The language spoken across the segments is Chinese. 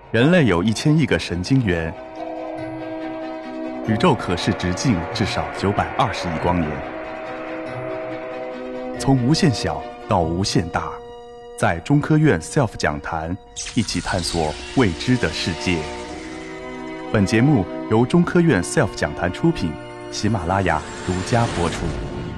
人类有1000亿个神经元，宇宙可视直径至少920亿光年。从无限小到无限大，在中科院 SELF 讲坛一起探索未知的世界。本节目由中科院 SELF 讲坛出品，喜马拉雅独家播出。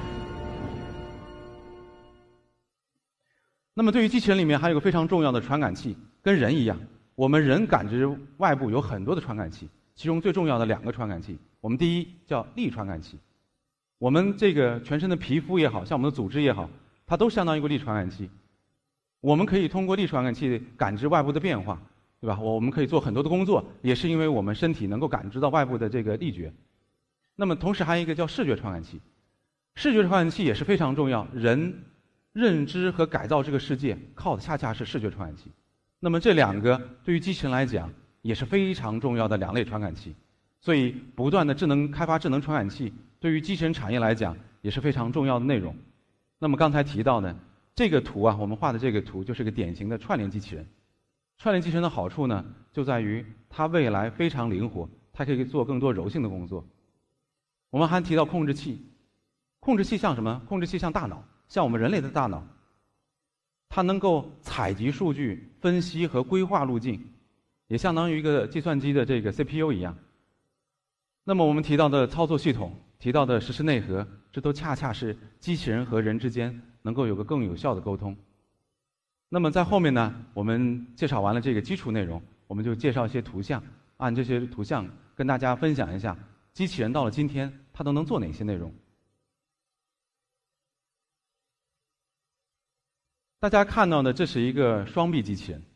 那么对于机器人里面还有一个非常重要的传感器，跟人一样，我们人感知外部有很多的传感器，其中最重要的2个传感器，我们第一叫力传感器。我们这个全身的皮肤也好，像我们的组织也好，它都相当于一个力传感器。我们可以通过力传感器感知外部的变化，对吧？我们可以做很多的工作，也是因为我们身体能够感知到外部的这个力觉。那么同时还有一个叫视觉传感器，视觉传感器也是非常重要，人认知和改造这个世界靠的恰恰是视觉传感器。那么这2个对于机器人来讲也是非常重要的2类传感器，所以不断的开发智能传感器对于机器人产业来讲也是非常重要的内容。那么刚才提到的这个图啊，我们画的这个图就是个典型的串联机器人。串联机器人的好处呢，就在于它未来非常灵活，它可以做更多柔性的工作。我们还提到控制器，控制器像什么？控制器像大脑，像我们人类的大脑，它能够采集数据、分析和规划路径，也相当于一个计算机的这个 CPU 一样。那么我们提到的操作系统，提到的实时内核，这都恰恰是机器人和人之间能够有个更有效的沟通。那么在后面呢，我们介绍完了这个基础内容，我们就介绍一些图像，按这些图像跟大家分享一下机器人到了今天它都能做哪些内容。大家看到的这是一个双臂机器人，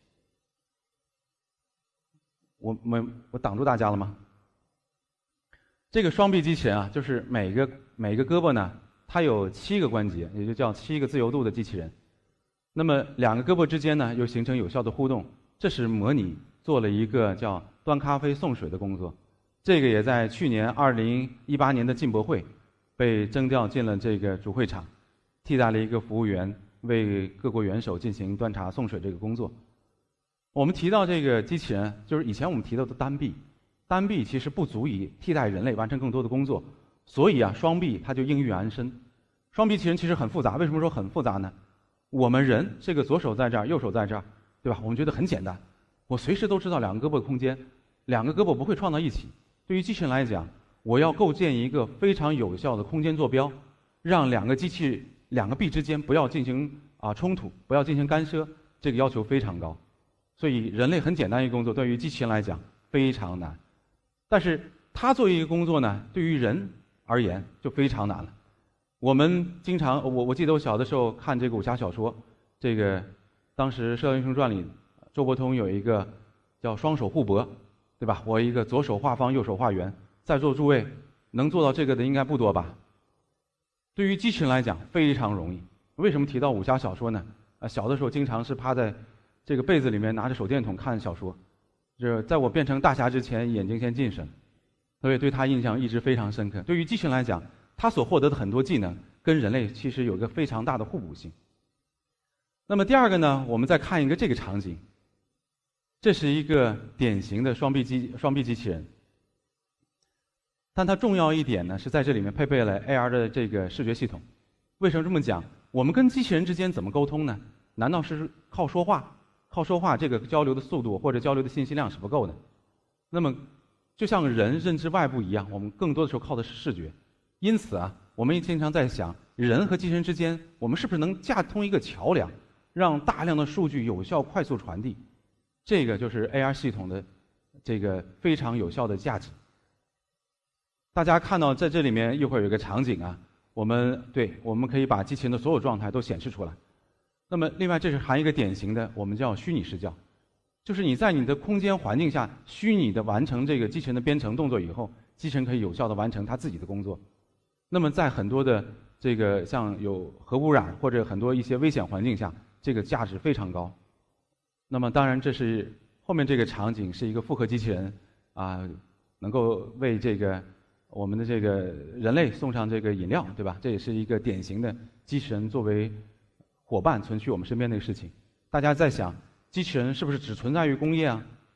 我挡住大家了吗？这个双臂机器人啊，就是每个胳膊呢，它有7个关节，也就叫7个自由度的机器人。那么2个胳膊之间呢，又形成有效的互动。这是模拟做了一个叫端咖啡送水的工作。这个也在去年2018年的进博会被征调进了这个主会场，替代了一个服务员为各国元首进行端茶送水这个工作。我们提到这个机器人，就是以前我们提到的单臂其实不足以替代人类完成更多的工作，所以啊，双臂它就应运而生。双臂机器人其实很复杂，为什么说很复杂呢？我们人这个左手在这儿，右手在这儿，对吧？我们觉得很简单，我随时都知道2个胳膊的空间，2个胳膊不会创到一起。对于机器人来讲，我要构建一个非常有效的空间坐标，让2个臂之间不要进行冲突，不要进行干涉，这个要求非常高。所以人类很简单一个工作，对于机器人来讲非常难。但是它做一个工作呢，对于人而言就非常难了。我们经常，我记得我小的时候看这个武侠小说，这个当时《射雕英雄传》里，周伯通有一个叫双手互搏，对吧？我一个左手画方，右手画圆，在座诸位能做到这个的应该不多吧？对于机器人来讲非常容易。为什么提到武侠小说呢？小的时候经常是趴在这个被子里面拿着手电筒看小说，在我变成大侠之前，眼睛先近视了，所以对他印象一直非常深刻。对于机器人来讲，他所获得的很多技能跟人类其实有一个非常大的互补性。那么第2个呢，我们再看一个这个场景，这是一个典型的双臂机器人，但它重要一点呢是在这里面配备了 AR 的这个视觉系统。为什么这么讲？我们跟机器人之间怎么沟通呢？难道是靠说话？靠说话这个交流的速度或者交流的信息量是不够的。那么就像人认知外部一样，我们更多的时候靠的是视觉。因此啊，我们也经常在想，人和机器人之间，我们是不是能架通一个桥梁，让大量的数据有效快速传递？这个就是 AR 系统的这个非常有效的价值。大家看到在这里面一会儿有一个场景啊，我们可以把机器人的所有状态都显示出来。那么另外这是还有一个典型的我们叫虚拟视角，就是你在你的空间环境下虚拟的完成这个机器人的编程动作以后，机器人可以有效的完成它自己的工作。那么在很多的这个像有核污染或者很多一些危险环境下，这个价值非常高。那么当然这是后面这个场景是一个复合机器人能够为这个我们的这个人类送上这个饮料，对吧？这也是一个典型的机器人作为伙伴存续我们身边的事情。大家在想，机器人是不是只存在于工业啊？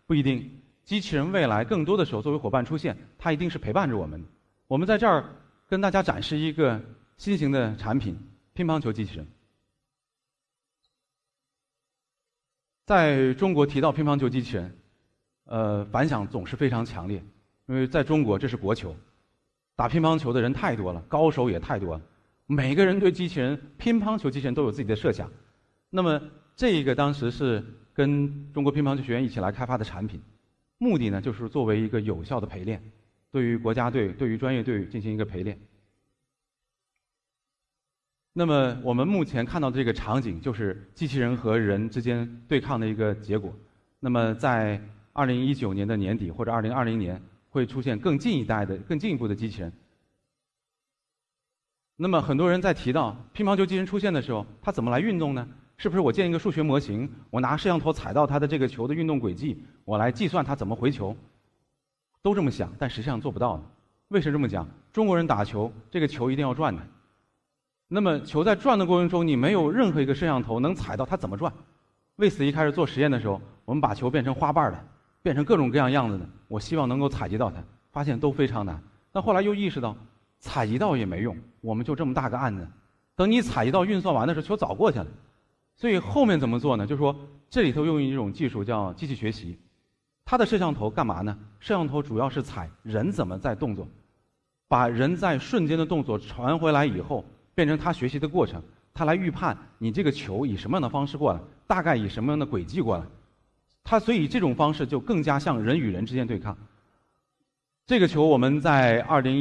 不一定。机器人未来更多的时候作为伙伴出现，它一定是陪伴着我们的。我们在这儿跟大家展示一个新型的产品——乒乓球机器人。在中国提到乒乓球机器人，反响总是非常强烈，因为在中国这是国球，打乒乓球的人太多了，高手也太多了，每个人对机器人、乒乓球机器人都有自己的设想。那么这个当时是跟中国乒乓球学院一起来开发的产品，目的呢就是作为一个有效的陪练，对于国家队、对于专业队进行一个陪练。那么我们目前看到的这个场景，就是机器人和人之间对抗的一个结果。那么在2019年的年底或者2020年，会出现更进一步的机器人。那么很多人在提到乒乓球机器人出现的时候，它怎么来运动呢？是不是我建一个数学模型，我拿摄像头采到它的这个球的运动轨迹，我来计算它怎么回球？都这么想，但实际上做不到的。为什么这么讲？中国人打球，这个球一定要转的。那么球在转的过程中，你没有任何一个摄像头能采到它怎么转。为此，一开始做实验的时候，我们把球变成花瓣的，变成各种各样子的，我希望能够采集到它，发现都非常难。但后来又意识到，采集到也没用，我们就这么大个案子，等你采集到运算完的时候，球早过去了。所以后面怎么做呢？就是说这里头用一种技术叫机器学习，它的摄像头干嘛呢？摄像头主要是采人怎么在动作，把人在瞬间的动作传回来以后，变成他学习的过程，他来预判你这个球以什么样的方式过来，大概以什么样的轨迹过来。所以这种方式就更加像人与人之间对抗。这个球我们在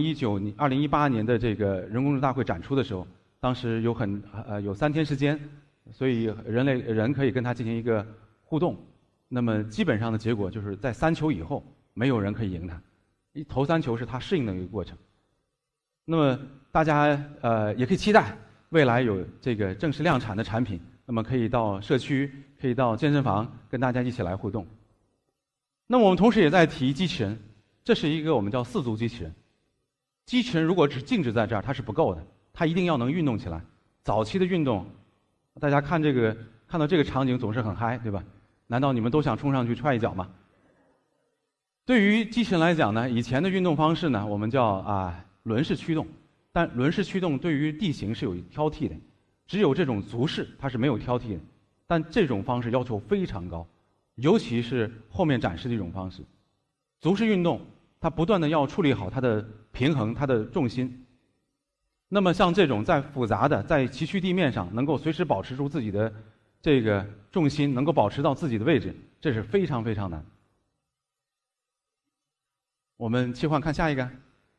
2018年的这个人工智能大会展出的时候，当时有3天时间，所以人可以跟它进行一个互动。那么基本上的结果就是在3球以后，没有人可以赢它。头3球是它适应的一个过程。那么大家也可以期待未来有这个正式量产的产品，那么可以到社区，可以到健身房跟大家一起来互动。那么我们同时也在提机器人，这是一个我们叫4足机器人。机器人如果只静止在这儿，它是不够的，它一定要能运动起来。早期的运动，大家看到这个场景总是很嗨，对吧？难道你们都想冲上去踹一脚吗？对于机器人来讲呢，以前的运动方式呢，我们叫轮式驱动，但轮式驱动对于地形是有挑剔的，只有这种足式它是没有挑剔的，但这种方式要求非常高，尤其是后面展示的一种方式。足式运动它不断的要处理好它的平衡、它的重心。那么像这种在复杂的在崎岖地面上能够随时保持住自己的这个重心，能够保持到自己的位置，这是非常非常难。我们切换看下一个。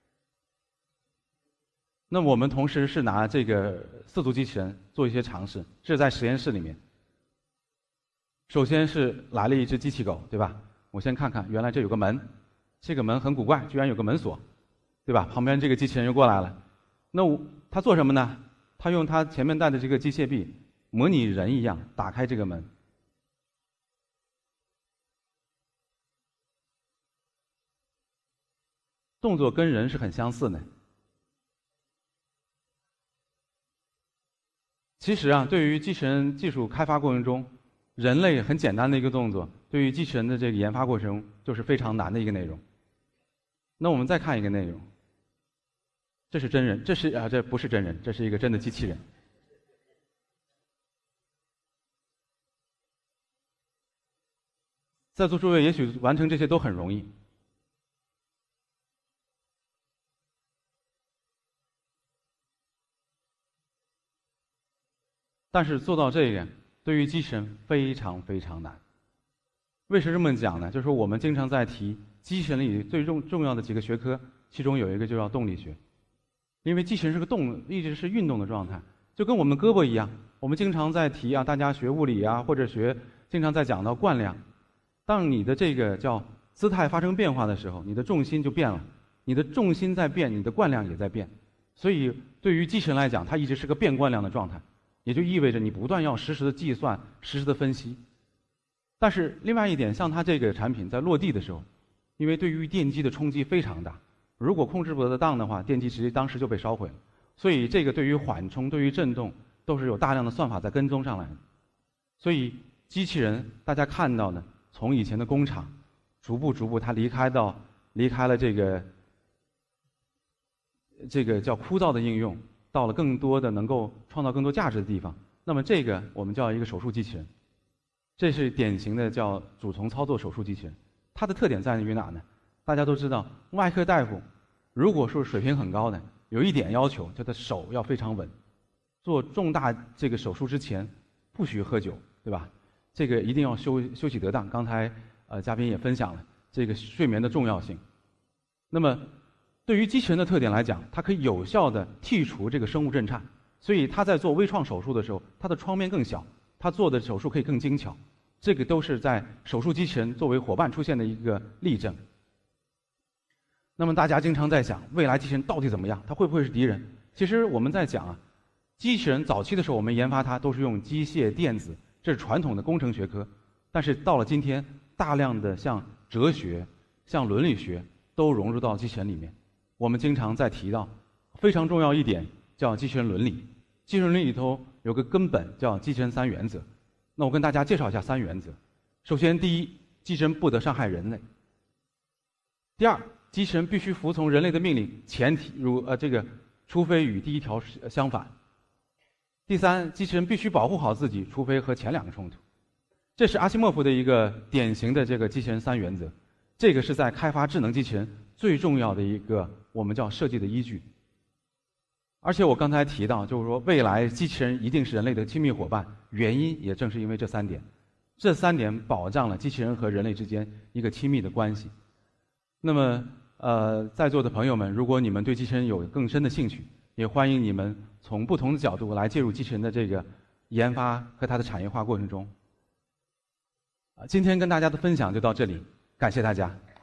那我们同时是拿这个4足机器人做一些尝试，这是在实验室里面。首先是来了一只机器狗，对吧？我先看看，原来这有个门，这个门很古怪，居然有个门锁，对吧？旁边这个机器人又过来了。那它做什么呢？它用它前面带的这个机械臂，模拟人一样打开这个门。动作跟人是很相似的。其实对于机器人技术开发过程中，人类很简单的一个动作，对于机器人的这个研发过程就是非常难的一个内容。那我们再看一个内容，这是真人，这不是真人，这是一个真的机器人。在座诸位也许完成这些都很容易，但是做到这个对于机器人非常非常难。为什么这么讲呢？就是说我们经常在提机器人里最重要的几个学科，其中有一个就叫动力学。因为机器人是个一直是运动的状态，就跟我们胳膊一样。我们经常在提大家学物理或者经常在讲到惯量。当你的这个叫姿态发生变化的时候，你的重心就变了，你的重心在变，你的惯量也在变。所以对于机器人来讲，它一直是个变惯量的状态，也就意味着你不断要实时的计算、实时的分析。但是另外一点，像它这个产品在落地的时候，因为对于电机的冲击非常大，如果控制不得当的话，电机直接当时就被烧毁了。所以这个对于缓冲、对于震动都是有大量的算法在跟踪上来的。所以机器人大家看到的，从以前的工厂逐步它离开了这个叫枯燥的应用，到了更多的能够创造更多价值的地方。那么这个我们叫一个手术机器人，这是典型的叫主从操作手术机器人。它的特点在于哪呢？大家都知道，外科大夫如果说水平很高的，有一点要求，就他手要非常稳。做重大这个手术之前，不许喝酒，对吧？这个一定要休息得当。刚才嘉宾也分享了这个睡眠的重要性。那么对于机器人的特点来讲，它可以有效地剔除这个生物震颤，所以它在做微创手术的时候，它的创面更小，它做的手术可以更精巧。这个都是在手术机器人作为伙伴出现的一个例证。那么大家经常在想，未来机器人到底怎么样？它会不会是敌人？其实我们在讲啊，机器人早期的时候，我们研发它都是用机械电子，这是传统的工程学科。但是到了今天，大量的像哲学、像伦理学都融入到机器人里面。我们经常在提到非常重要一点叫机器人伦理。机器人伦理里头有个根本叫机器人3原则。那我跟大家介绍一下3原则。首先，第一，机器人不得伤害人类。第二，机器人必须服从人类的命令，前提除非与第一条相反。第三，机器人必须保护好自己，除非和前2个冲突。这是阿西莫夫的一个典型的这个机器人3原则。这个是在开发智能机器人最重要的一个我们叫设计的依据。而且我刚才提到，就是说未来机器人一定是人类的亲密伙伴，原因也正是因为这3点。这3点保障了机器人和人类之间一个亲密的关系。那么在座的朋友们，如果你们对机器人有更深的兴趣，也欢迎你们从不同的角度来介入机器人的这个研发和它的产业化过程中。今天跟大家的分享就到这里，感谢大家。